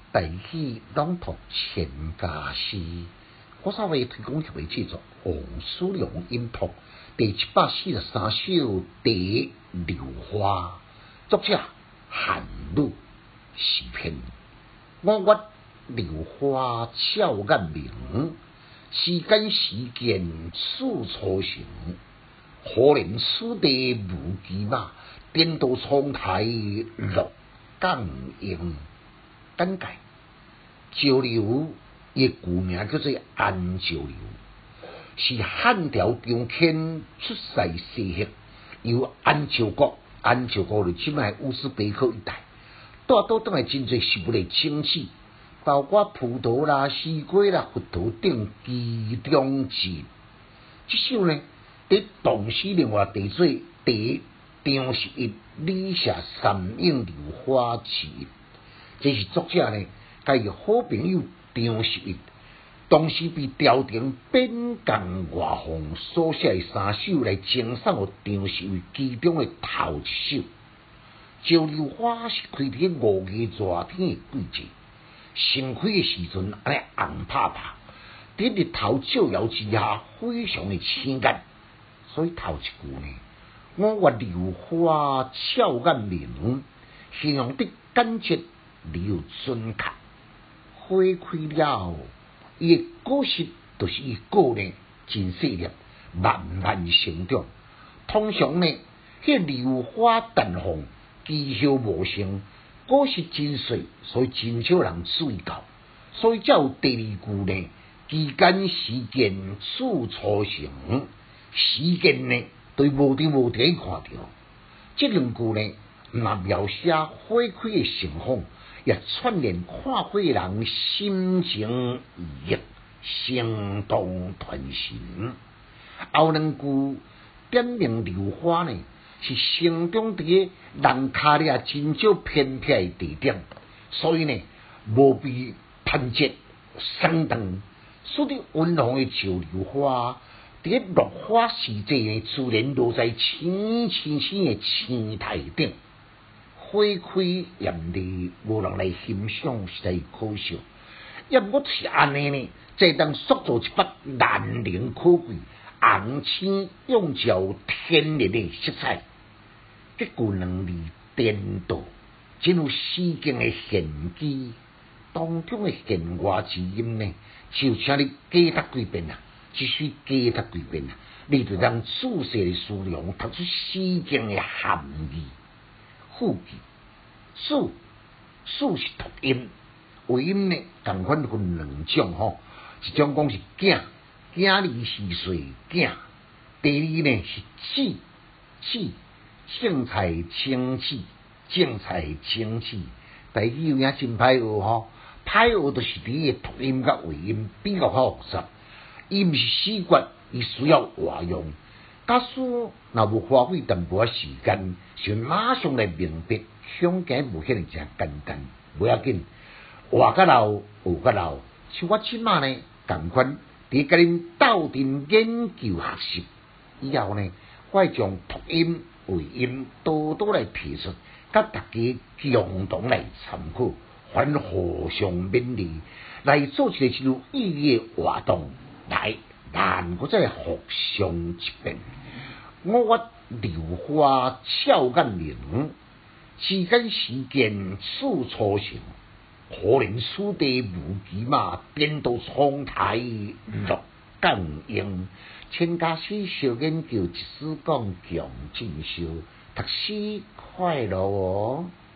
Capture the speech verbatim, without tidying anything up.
大喜朗读千家诗，我稍微推广协会制作王叔良音读第七百四十三首《题榴花》，作者韩愈。诗篇：我阅榴花俏眼明，时间时见处初成。可怜此地无骑马，颠倒窗台落港英。简介：石榴伊旧名叫做安石榴，是汉朝中迁出世西域，由安州国，安州国就即卖乌斯别克一带，带倒倒来真侪食物的精子，包括葡萄啦、西瓜啦、核桃等其中之一。这首呢，伫唐诗另外题做第张十一李舍三应榴花之一。这是作者呢，甲伊好朋友张十一，当时被朝廷边疆外放所写的三首来赠送予张十一其中的头一首。石榴花是开伫五月热天的季节，盛开的时阵安尼红拍拍，伫日头照耀之下，非常的鲜艳。所以头一句呢，我阅榴花俏眼明，形容得简洁而又准确。花开了，伊的果实就是伊果呢，真细粒，慢慢成长。通常呢，迄榴花绽放，枝叶无成，果实真细，所以真少人注意到。所以才有第二句呢，期间时见处初成。时间呢，对无伫无伫看到。这两句呢，若描写花开的盛况，也串联看花的人心情愉悦，相当传神。后两句点明榴花呢，是生长伫人脚掠真少偏僻的地点，所以呢，无被攀折生长，使得温和的石榴花。伫落花时节呢，自然落在青青青的青苔顶，花开艳丽，无人来欣赏，实在可惜。要不是安尼呢，才当塑造一幅难能可贵、红青永照天然的色彩。这句两字颠倒，真有诗境的玄机。当中的弦外之音呢，就请你加读几遍啊！只需加读几遍啊，你就让仔细的思量，读出诗经的含义。副句，素素是读音，尾音呢，同款分两种吼，一种讲是囝，囝离是岁囝；第二呢是子，子正菜清子，正菜清子。第二有影真歹学吼，歹学就是伫个读音甲尾音比较复杂。伊毋是死诀，伊需要活用。假使若无花费淡薄仔时间，就马上来明白，详解无遐尼真简单。无要紧，活甲老，学甲老。像我即马呢，共款伫甲恁斗阵研究学习以后呢，我会将读音、尾音多多来提出，甲大家共同来参考，还互相勉励，来做一个真有意义的活动。来，咱我再复上一遍。我阅榴花俏眼明，时间时见处初成。可怜此地无骑马，颠倒窗台落港英。千家诗小研究，一丝讲强进修，读书快乐哦。